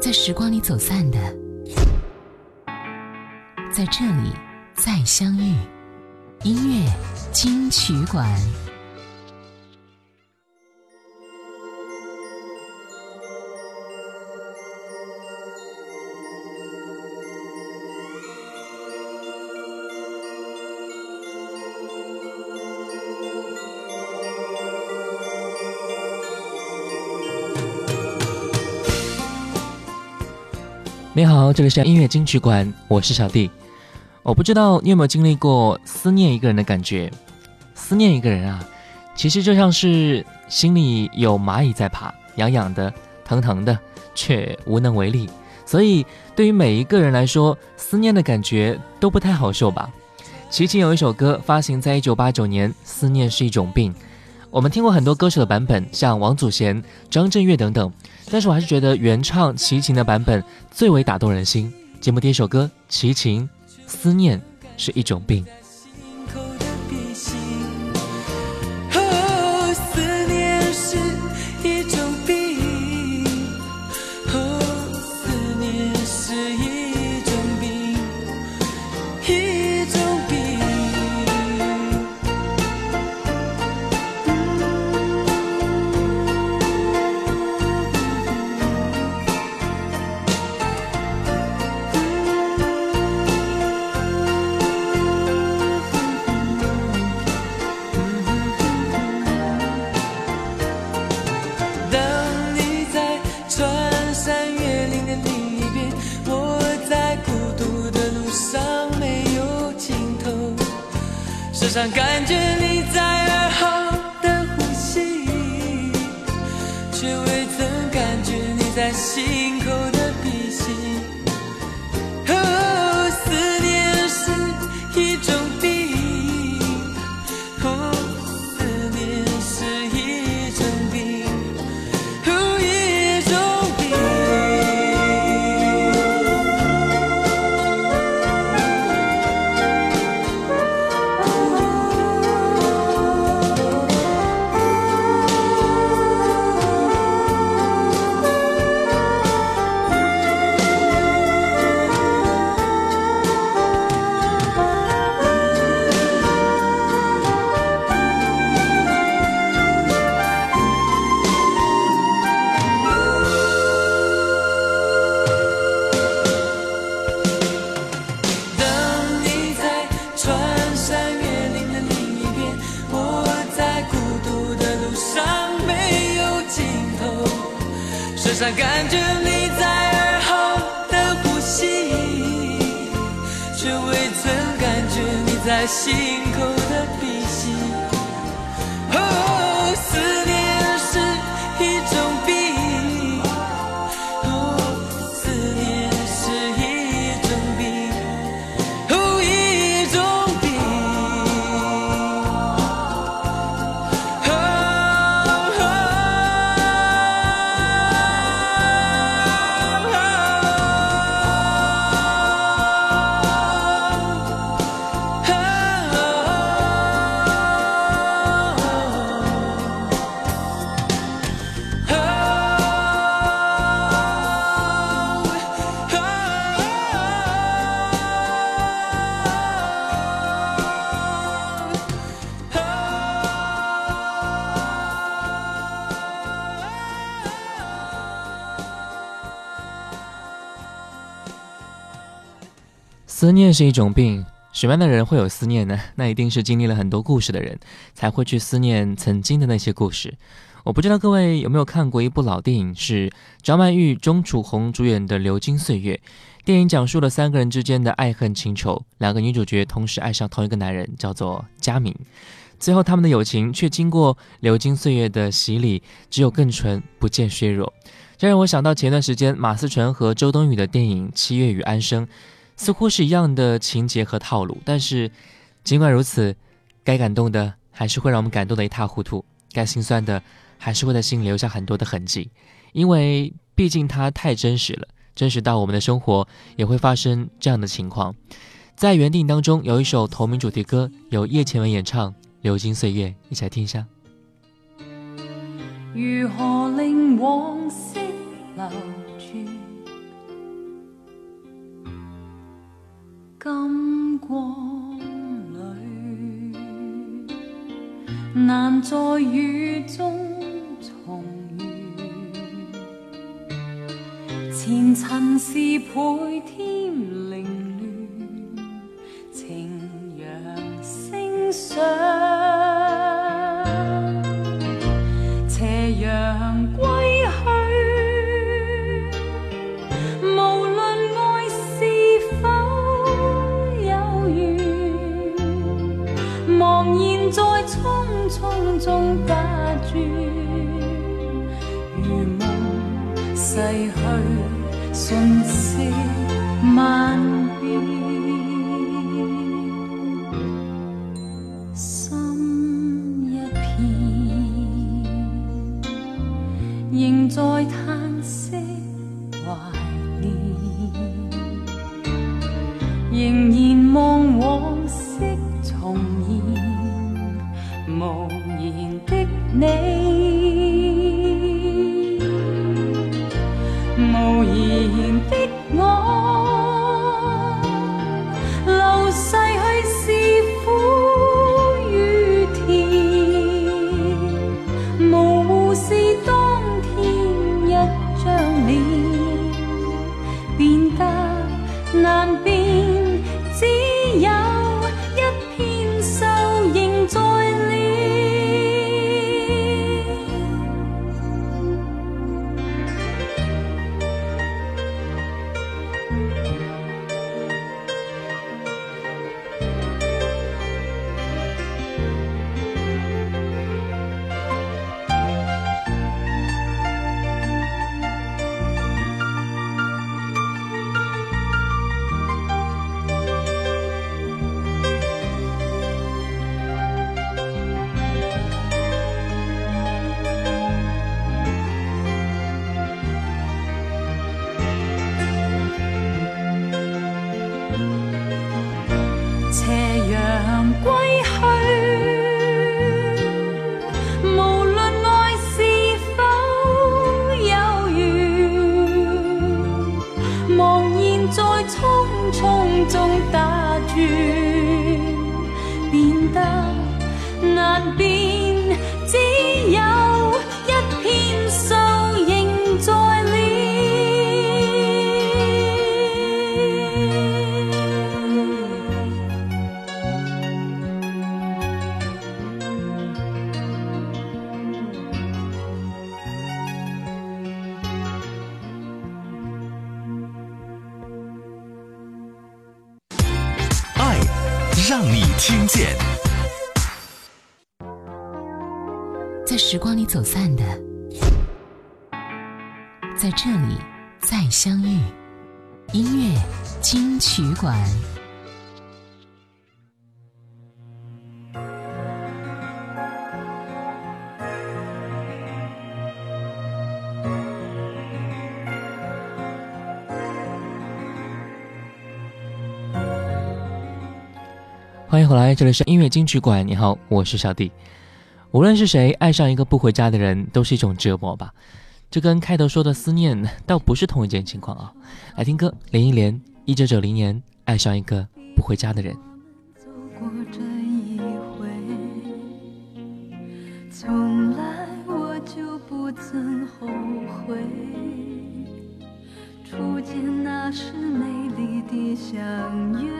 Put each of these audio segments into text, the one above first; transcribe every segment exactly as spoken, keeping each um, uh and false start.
在时光里走散的，在这里再相遇。音乐金曲馆。 你好，这里是音乐金曲馆，我是小弟。我不知道你有没有经历过思念一个人的感觉。思念一个人啊，其实就像是心里有蚂蚁在爬，痒痒的，疼疼的，却无能为力。所以对于每一个人来说，思念的感觉都不太好受吧。齐秦有一首歌发行在一九八九年，思念是一种病。我们听过很多歌手的版本，像王祖贤、张震岳等等，但是我还是觉得原唱齐秦的版本最为打动人心。节目第一首歌，齐秦，思念是一种病。 时常感觉你在耳后的呼吸，却未曾感觉你在心口的鼻息。哦，思念是一种病，哦，思念是一种病，哦，一种病。时常感觉你在耳后的呼吸，却未曾感觉你在心口的鼻息。哦，思念是一种病，哦，思念是一种病，哦，一种病。 思念是一种病，什么样的人会有思念呢？那一定是经历了很多故事的人，才会去思念曾经的那些故事。我不知道各位有没有看过一部老电影，是张曼玉、钟楚红主演的《流金岁月》。电影讲述了三个人之间的爱恨情仇，两个女主角同时爱上同一个男人，叫做佳明。最后他们的友情却经过流金岁月的洗礼，只有更纯，不见削弱。这让我想到前段时间马思纯和周冬雨的电影《七月与安生》，似乎是一样的情节和套路，但是尽管如此，该感动的还是会让我们感动得一塌糊涂，该心酸的还是会在心里留下很多的痕迹，因为毕竟它太真实了，真实到我们的生活也会发生这样的情况。在原电影当中有一首同名主题歌，由叶倩文演唱《流金岁月》，一起来听一下。 如何令往昔留住， 金光里，难在雨中重遇。前尘是倍添凌乱，情阳星相，斜阳归去，无论爱是否有缘，茫然在匆匆中打轉，如夢逝去，瞬息萬變，心一片，仍在嘆息懷念，仍然望往昔重現，無言的你，無言的我，流逝去是苦與甜，模糊是當天一張臉，變得難辨，只有一片愁仍在臉。斜陽歸去，無論愛是否有緣，茫然在匆匆中打轉，變得難辨，只有一片愁仍在臉。 爱让你听见。 在时光里走散的，在这里再相遇。音乐金曲馆。 欢迎回来，这里是音乐金曲馆。你好，我是小弟。无论是谁爱上一个不回家的人，都是一种折磨吧。这跟开头说的思念倒不是同一件情况啊。来听歌，连一连一九九零年爱上一个不回家的人。 走过这一回，从来我就不曾后悔，初见那时美丽的相约，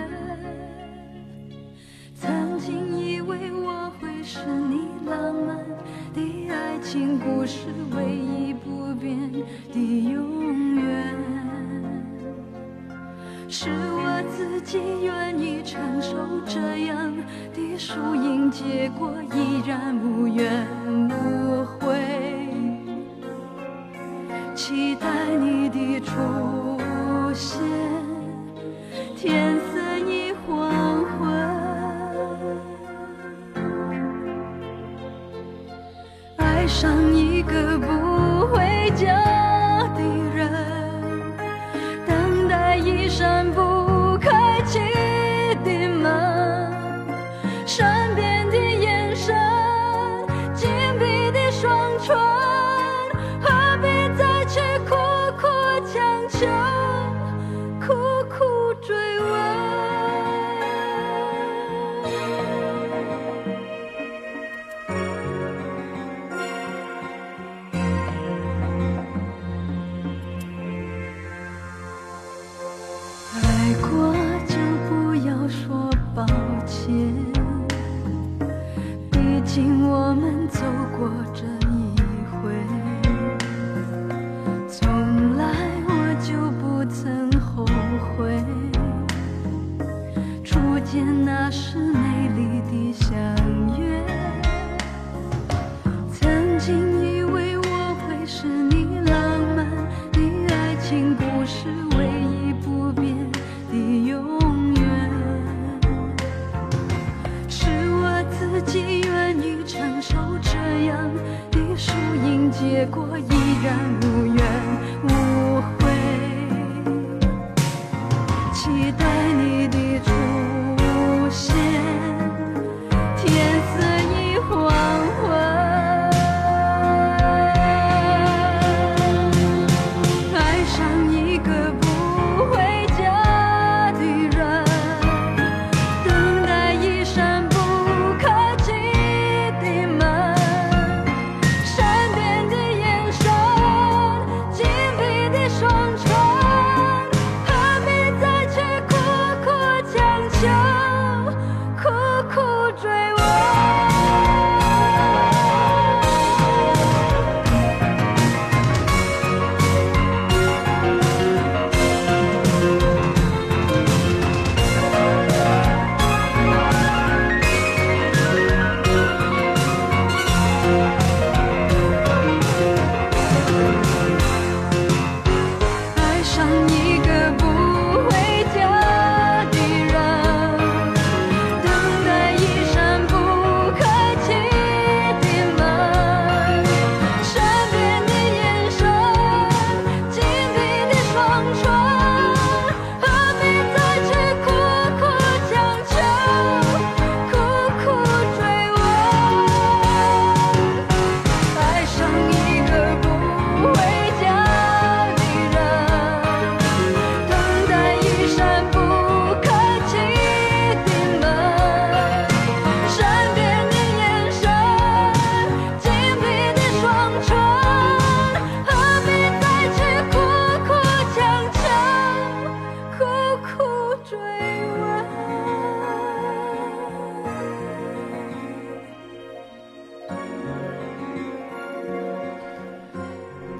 曾经以为我会是你浪漫的爱情故事唯一不变的永远，是我自己愿意承受这样的输赢结果，依然无怨无悔，期待你的出现，天色已黄昏，爱上一个不回家的人，等待一扇不开启的门，善变的眼神，紧闭的双唇，何必再去苦苦强求，苦苦追问。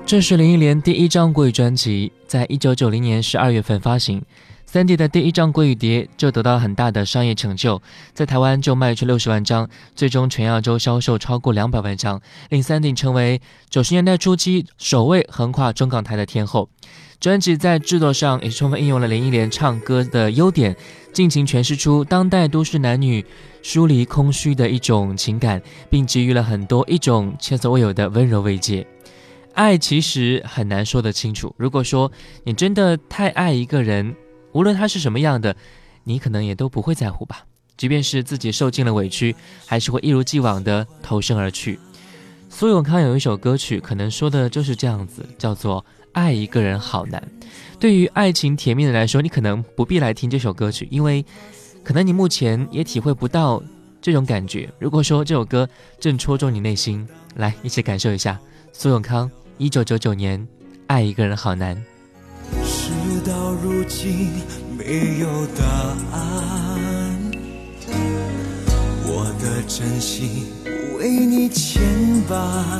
这是林忆莲第一张国语专辑，在一九九零年十二月份发行。三弟的第一张国语碟就得到很大的商业成就，在台湾就卖出六十万张，最终全亚洲销售超过两百万张，令三弟成为九十年代初期首位横跨中港台的天后。专辑在制作上也充分应用了林忆莲唱歌的优点，尽情诠释出当代都市男女疏离空虚的一种情感，并给予了很多一种前所未有的温柔慰藉。爱其实很难说得清楚，如果说你真的太爱一个人，无论他是什么样的，你可能也都不会在乎吧。即便是自己受尽了委屈，还是会一如既往的投身而去。苏永康有一首歌曲，可能说的就是这样子，叫做爱一个人好难。对于爱情甜蜜的来说，你可能不必来听这首歌曲，因为可能你目前也体会不到这种感觉。如果说这首歌正戳中你内心，来一起感受一下苏永康一九九九年爱一个人好难。 事到如今没有答案，我的真心为你牵绊，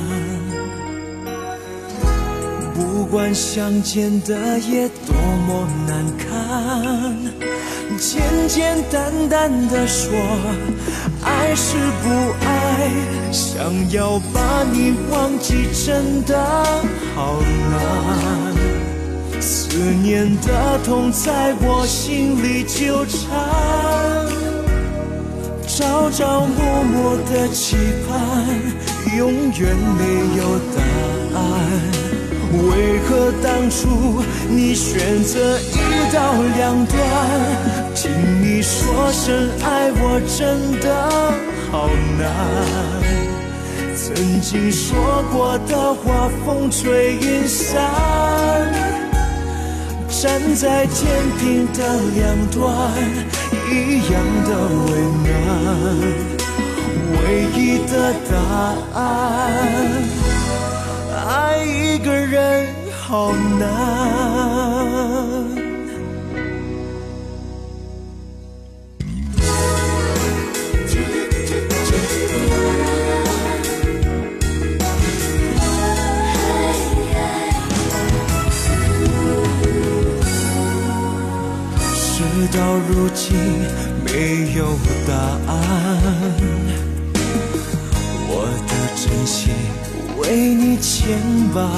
不管相见的夜多么难堪，简简单单的说爱是不爱，想要把你忘记真的好难，思念的痛在我心里纠缠，朝朝暮暮的期盼永远没有答案，为何当初你选择一刀两断，听你说声爱我真的好难，曾经说过的话风吹云散，站在天平的两端一样的为难，唯一的答案，爱一个人好难。事到如今没有答案，我的真心为你牵绊，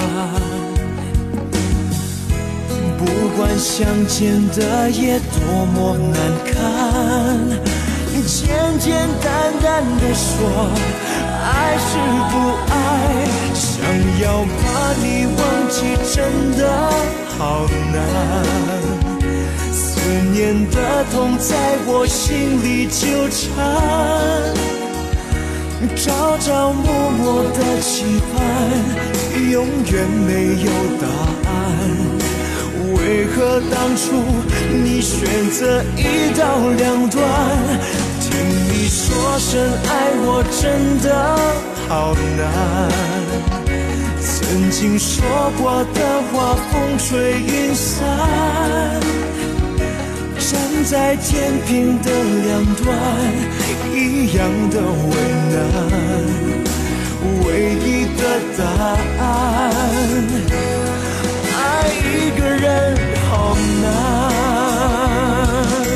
不管相见的夜多么难堪，简简单单的说爱是不爱，想要把你忘记真的好难，思念的痛在我心里纠缠，朝朝暮暮的期盼永远没有答案，为何当初你选择一刀两断，听你说声爱我真的好难，曾经说过的话风吹云散，站在天平的两端一样的为难，唯一的答案，爱一个人好难，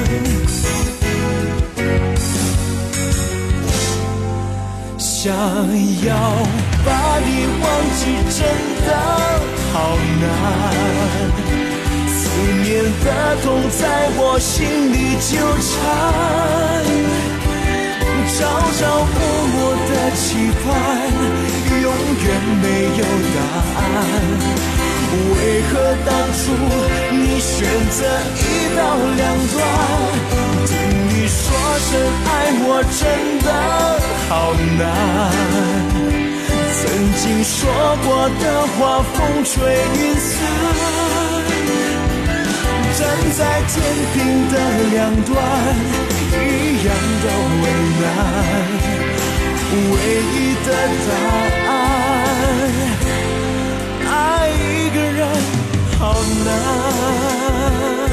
想要把你忘记真的好难，思念的痛在我心里纠缠，朝朝暮暮的期盼永远没有答案，为何当初你选择一刀两断，听你说声爱我真的好难，曾经说过的话风吹云散，站在天平的两端一样的为难，唯一的答案，爱一个人好难。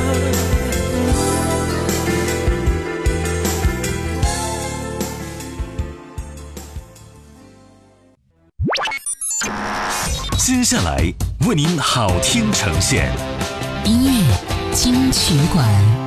接下来为您好听呈现。 音乐金曲馆。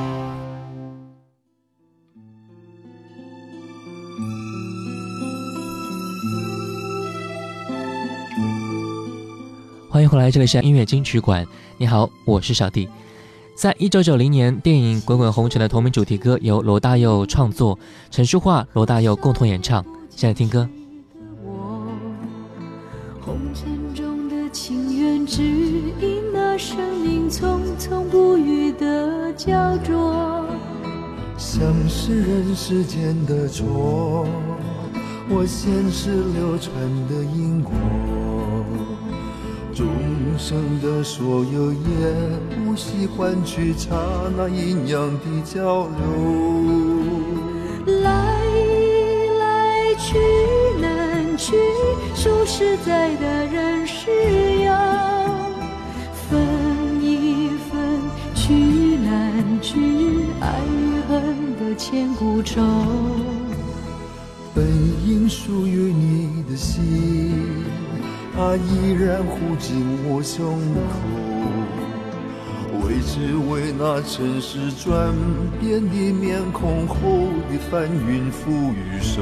欢迎回来，这里是音乐金曲馆。你好，我是小弟。在一九九零年，电影《滚滚红尘》的同名主题歌由罗大佑创作，陈淑桦、罗大佑共同演唱。现在听歌。 红尘中的情缘，只因那生命匆匆不语的焦灼， 像是人世间的错，我前世流传的因果，众生的所有也不惜换取刹那阴阳的交流， 来来去难去，说实在的人是要分一分，去难去，爱与恨的千古愁， 本应属于你的心，它依然护紧我胸口，为只为那尘世转变的面孔后的翻云覆雨手，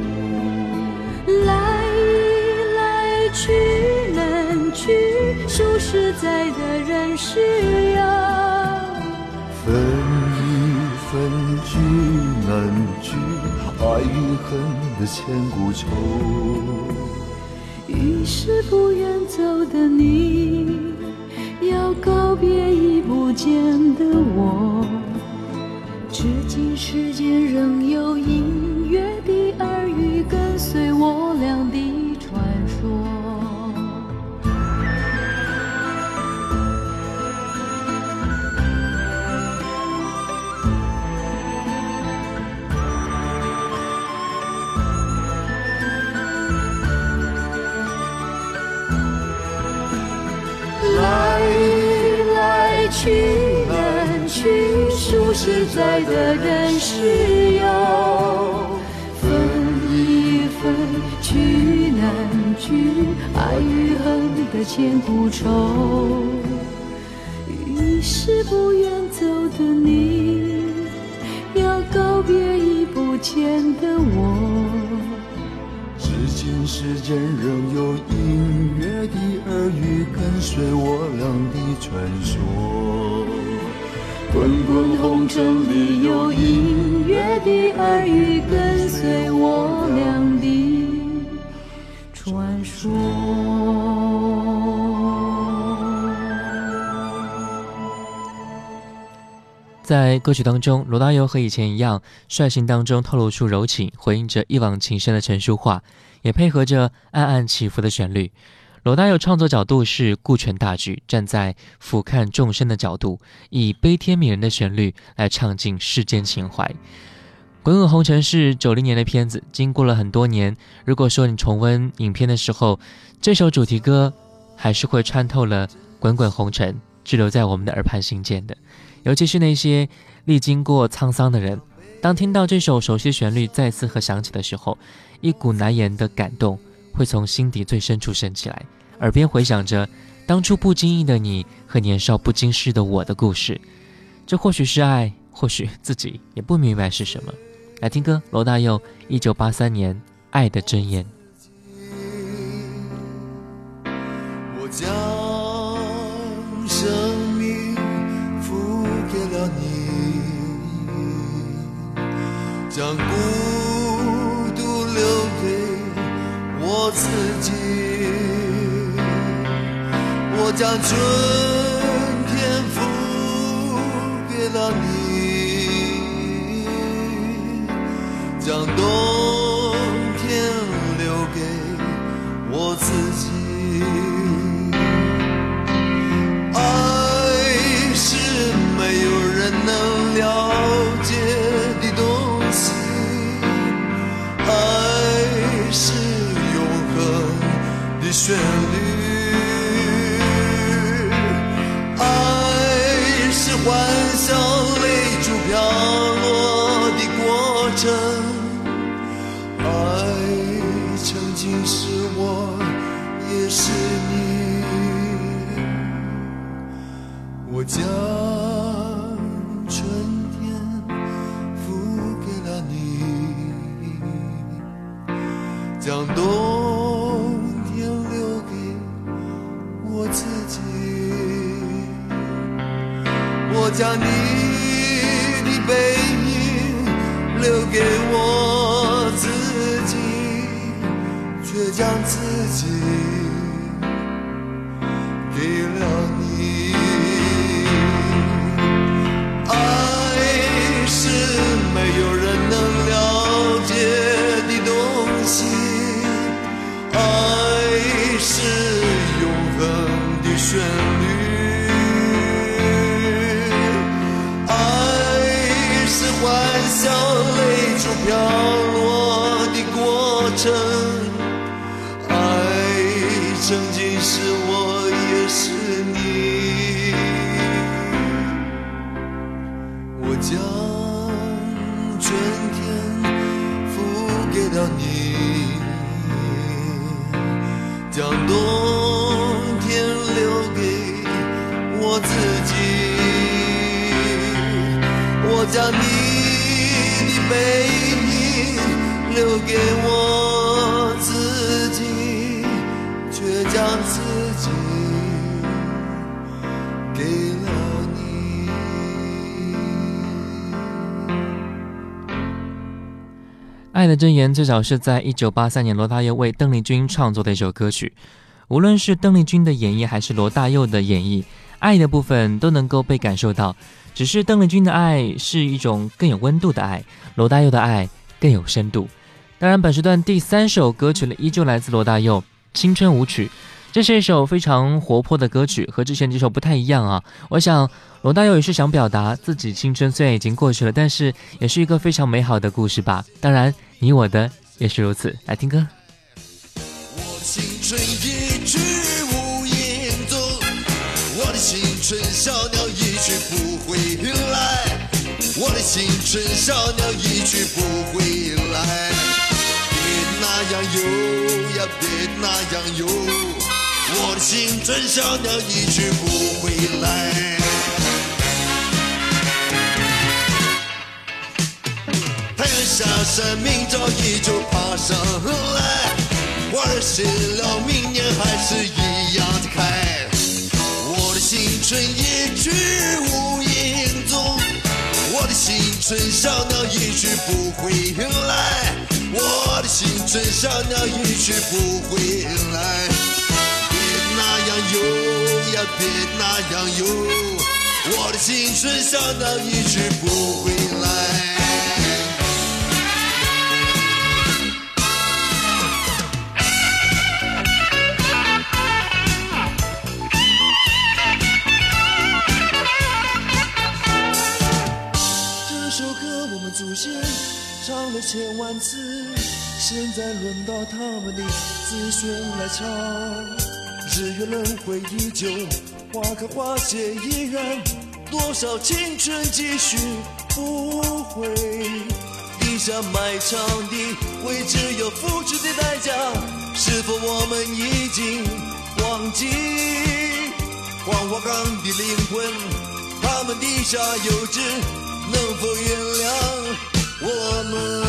来来去难去，说实在的人是要分一分，聚难聚，爱与恨的千古愁， 于是不愿走的你，要告别已不见的我，至今世间仍有隐约的耳语跟随我俩的传说，去难去，说实在的人是要分一分，去难去，爱与恨的千古愁，于是不愿走的你，要告别已不见的我， 至今世间仍有隐约的耳语跟随我俩的传说， 滚滚红尘里有隐约的耳语跟随我俩的传说。 在歌曲当中，罗大佑和以前一样，率性当中透露出柔情，回应着一往情深的陈淑桦，也配合着暗暗起伏的旋律。罗大佑创作角度是顾全大局，站在俯瞰众生的角度，以悲天悯人的旋律来唱尽世间情怀。滚滚红尘是九零年的片子，经过了很多年，如果说你重温影片的时候，这首主题歌还是会穿透了滚滚红尘，滞留在我们的耳畔心间的。尤其是那些历经过沧桑的人，当听到这首熟悉旋律再次和响起的时候，一股难言的感动会从心底最深处升起来，耳边回想着当初不经意的你和年少不经事的我的故事。这或许是爱，或许自己也不明白是什么。来听歌，罗大佑一九八三年《爱的箴言》。 我将生命付给了你，将孤独留给我自己，我将春天付给了你，将冬天留给我自己。爱是没有人能了解的东西，爱是永恒的旋律，爱是幻想泪珠飘落的过程，爱曾经是我，也是你。 我将春天付给了你，将冬天留给我自己。我将你的背影留给我自己，却将自己给了你。爱是没有人能了解的东西，爱是永恒的旋律，欢笑泪珠飘落的过程，爱曾经是我也是你。我将春天付给了你，将冬天留给我自己。我将你背影留给我自己，却将自己给了你。 爱的箴言最早是在一九八三年罗大佑为邓丽君创作的一首歌曲，无论是邓丽君的演绎还是罗大佑的演绎，爱的部分都能够被感受到，只是邓丽君的爱是一种更有温度的爱，罗大佑的爱更有深度。当然本时段第三首歌曲呢，依旧来自罗大佑《青春舞曲》，这是一首非常活泼的歌曲，和之前几首不太一样啊。我想罗大佑也是想表达自己青春虽然已经过去了，但是也是一个非常美好的故事吧。当然你我的也是如此。来听歌。 我青春一去无影踪，我的青春小鸟一去不回来，我的青春小鸟一去不回来。别那样游呀，别那样游，我的青春小鸟一去不回来。太阳下山，明早依旧爬上来，花儿谢了，明年还是一样的开。我的青春一去无影踪，我的青春小鸟一去不回来，我的青春小鸟一去不回来。别那样游呀，别那样游，我的青春小鸟一去不回来。祖先唱了千万次，现在轮到他们的子孙来唱。日月轮回依旧，花开花谢依然，多少青春继续不悔。地下埋藏的为只有付出的代价，是否我们已经忘记？黄花岗的灵魂，他们地下有知，能否原谅我们？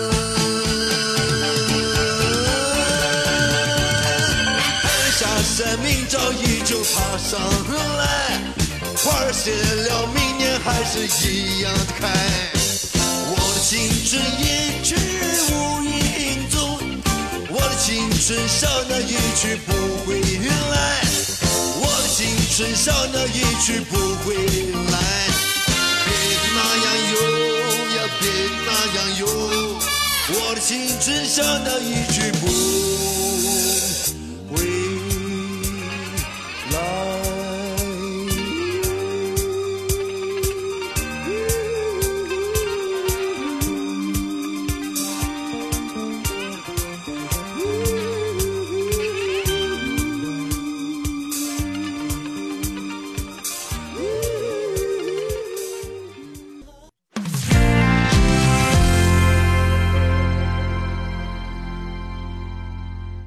太阳下山，明早依旧爬上来，花儿谢了，明年还是一样的开。我的青春一去无影踪，我的青春小鸟一去不回来，我的青春小鸟一去不回来。那样游呀，别那样游，我的青春小鸟一去不回来。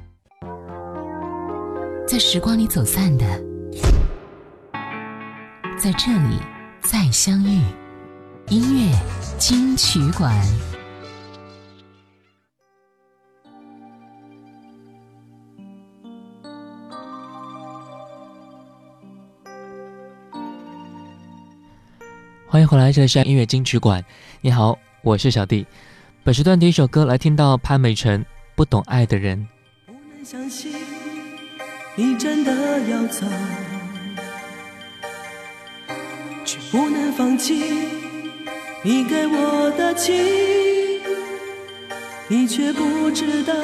在时光里走散的， 在这里再相遇。音乐金曲馆。 欢迎回来，这里是音乐金曲馆。你好，我是小弟。本时段第一首歌来听到潘美辰《不懂爱的人》。 不能相信你真的要走，却不能放弃你给我的情，你却不知道，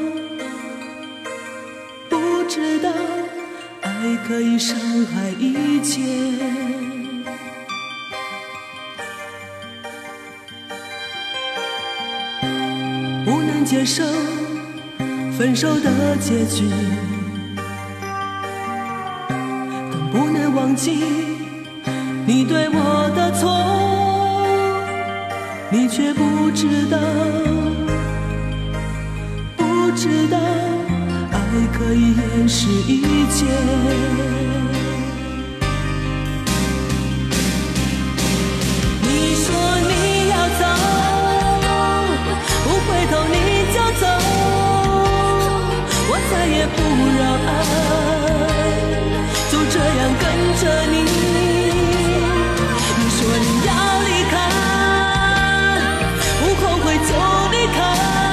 不知道爱可以伤害一切。不能接受分手的结局，更不能忘记你对我的错，你却不知道，不知道爱可以掩饰一切。你说你要走，不回头你就走，我再也不让爱就这样跟着你。你说你要离开，不后悔就离开，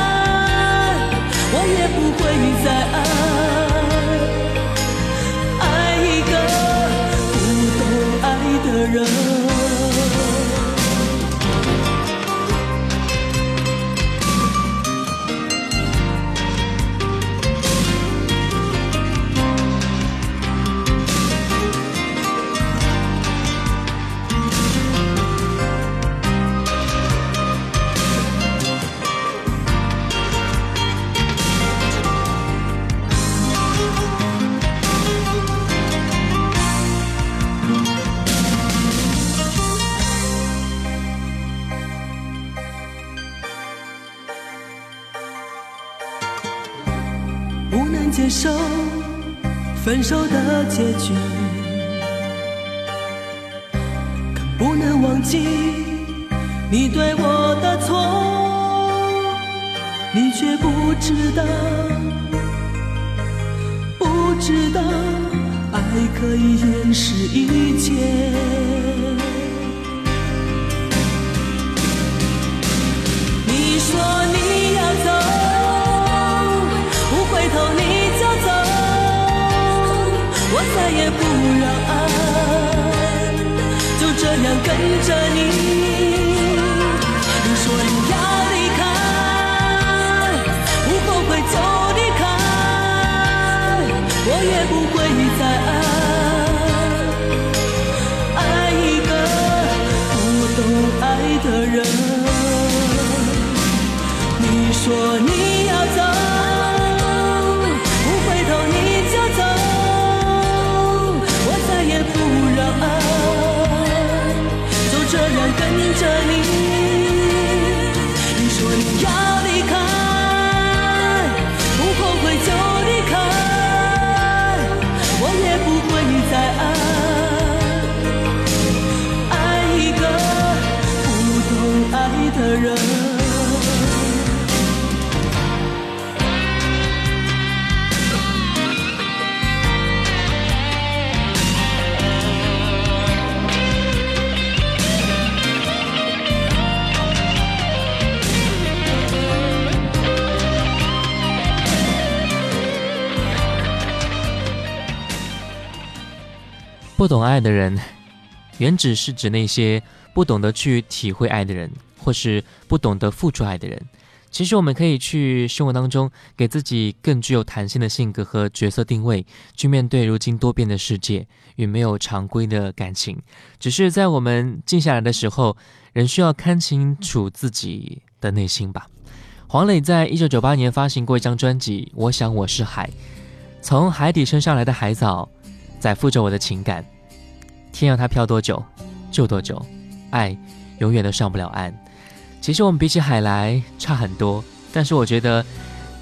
我也不会再爱爱一个不懂爱的人。不能接受分手的结局，更不能忘记你对我的错，你却不知道，不知道爱可以掩饰一切。你说你要走，回头你就走，我再也不让爱就这样跟着你。你说你要离开，不后悔就离开，我也不会再爱爱一个不懂爱的人。你说你要走，跟着你，你说你要离开，不后悔就离开，我也不会再爱爱一个不懂爱的人。 不懂爱的人，原只是指那些不懂得去体会爱的人，或是不懂得付出爱的人。其实我们可以去生活当中给自己更具有弹性的性格和角色定位，去面对如今多变的世界与没有常规的感情。只是在我们静下来的时候，仍需要看清楚自己的内心吧。黄磊在一九九八年发行过一张专辑《我想我是海》，从海底升上来的海藻载负着我的情感，天让它飘多久就多久，爱永远都上不了岸。其实我们比起海来差很多，但是我觉得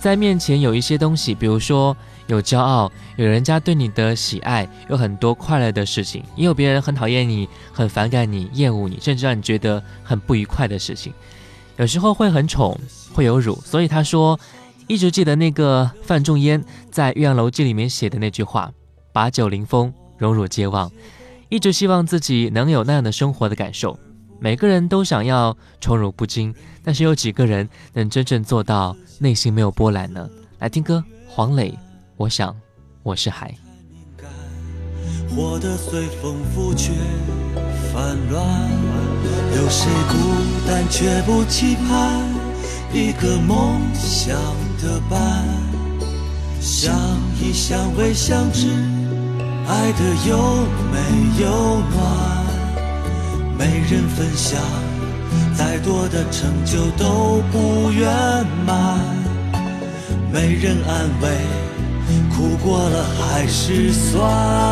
在面前有一些东西，比如说有骄傲，有人家对你的喜爱，有很多快乐的事情，也有别人很讨厌你，很反感你，厌恶你，甚至让你觉得很不愉快的事情。有时候会很宠，会有辱。所以他说一直记得那个范仲淹在《岳阳楼记》里面写的那句话，把酒临风，荣辱皆忘，一直希望自己能有那样的生活的感受。每个人都想要宠辱不惊，但是有几个人能真正做到内心没有波澜呢？来听歌，黄磊，我想我是海。 活得随风拂却烦乱，有谁孤单却不期盼一个梦想的伴？相依相偎相知，爱得又美又暖，没人分享，再多的成就都不圆满，没人安慰，哭过了还是酸。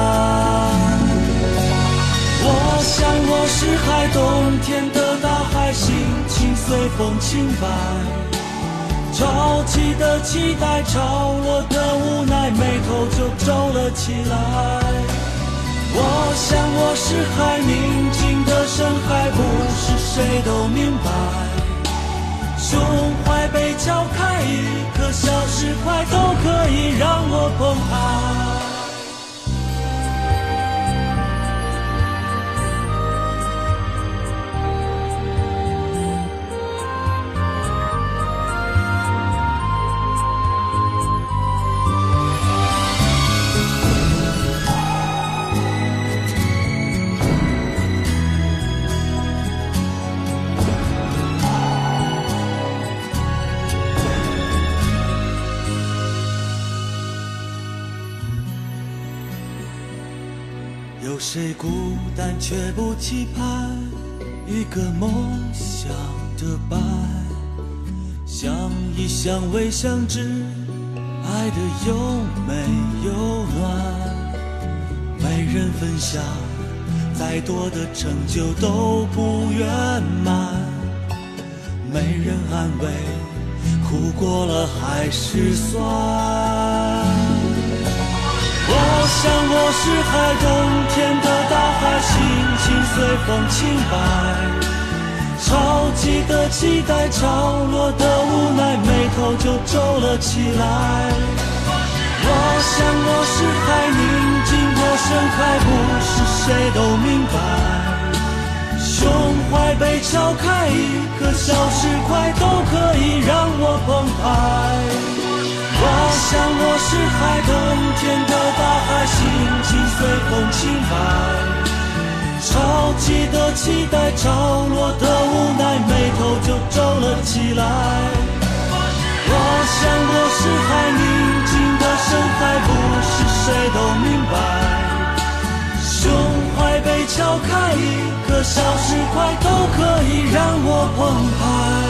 我想我是海，冬天的大海，心情随风轻摆，潮起的期待，潮落的无奈，眉头就皱了起来。我想我是海，宁静的深海，不是谁都明白，胸怀被敲开，一颗小石块都可以让我澎湃。有谁孤单却不期盼一个梦想的伴？相依相偎相知，爱得又美又暖，没人分享，再多的成就都不圆满，没人安慰，哭过了还是酸。我想我是海，冬天的大海，心情随风轻摆，潮起的期待，潮落的无奈，眉头就皱了起来。我想我是海，宁静的深海，不是谁都明白，胸怀被敲开，一颗小石块都可以让我澎湃。我想我是海，冬天的大海，心情随风轻摆，潮起的期待，潮落的无奈，眉头就皱了起来。我想我是海，宁静的深海，不是谁都明白，胸怀被敲开，一颗小石块都可以让我澎湃。